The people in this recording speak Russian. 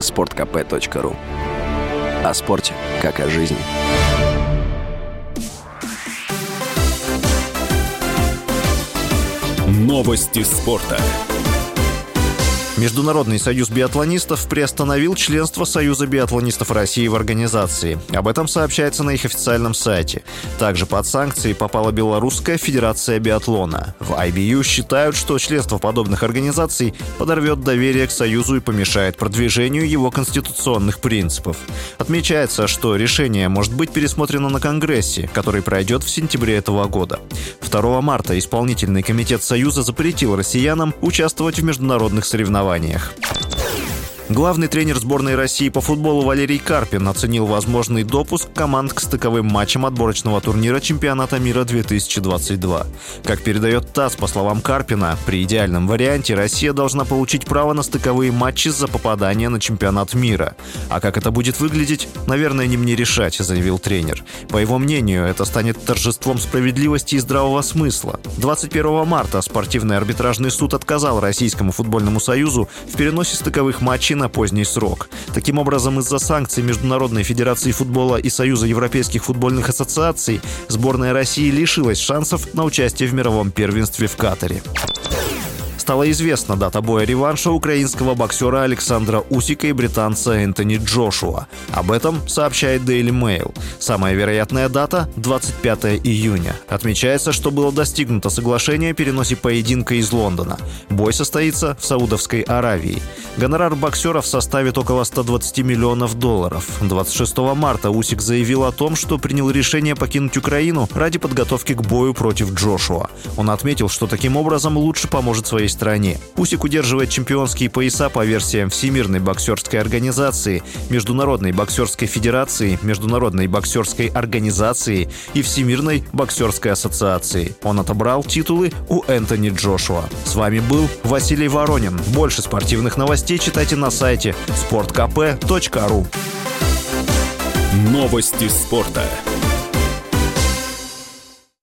sportkp.ru. О спорте, как о жизни. Новости спорта. Международный союз биатлонистов приостановил членство Союза биатлонистов России в организации. Об этом сообщается на их официальном сайте. Также под санкции попала Белорусская федерация биатлона. В IBU считают, что членство подобных организаций подорвет доверие к Союзу и помешает продвижению его конституционных принципов. Отмечается, что решение может быть пересмотрено на Конгрессе, который пройдет в сентябре этого года. 2 марта исполнительный комитет Союза запретил россиянам участвовать в международных соревнованиях. Главный тренер сборной России по футболу Валерий Карпин оценил возможный допуск команд к стыковым матчам отборочного турнира чемпионата мира 2022. Как передает ТАСС, по словам Карпина, при идеальном варианте Россия должна получить право на стыковые матчи за попадание на чемпионат мира. А как это будет выглядеть, наверное, не мне решать, заявил тренер. По его мнению, это станет торжеством справедливости и здравого смысла. 21 марта спортивный арбитражный суд отказал Российскому футбольному союзу в переносе стыковых матчей на поздний срок. Таким образом, из-за санкций Международной федерации футбола и Союза европейских футбольных ассоциаций сборная России лишилась шансов на участие в мировом первенстве в Катаре. Стала известна дата боя-реванша украинского боксера Александра Усика и британца Энтони Джошуа. Об этом сообщает Daily Mail. Самая вероятная дата – 25 июня. Отмечается, что было достигнуто соглашение о переносе поединка из Лондона. Бой состоится в Саудовской Аравии. Гонорар боксеров составит около $120 миллионов. 26 марта Усик заявил о том, что принял решение покинуть Украину ради подготовки к бою против Джошуа. Он отметил, что таким образом лучше поможет своей стране. Усик удерживает чемпионские пояса по версиям Всемирной боксерской организации, Международной боксерской федерации, Международной боксерской организации и Всемирной боксерской ассоциации. Он отобрал титулы у Энтони Джошуа. С вами был Василий Воронин. Больше спортивных новостей читайте на сайте sportkp.ru. Новости спорта.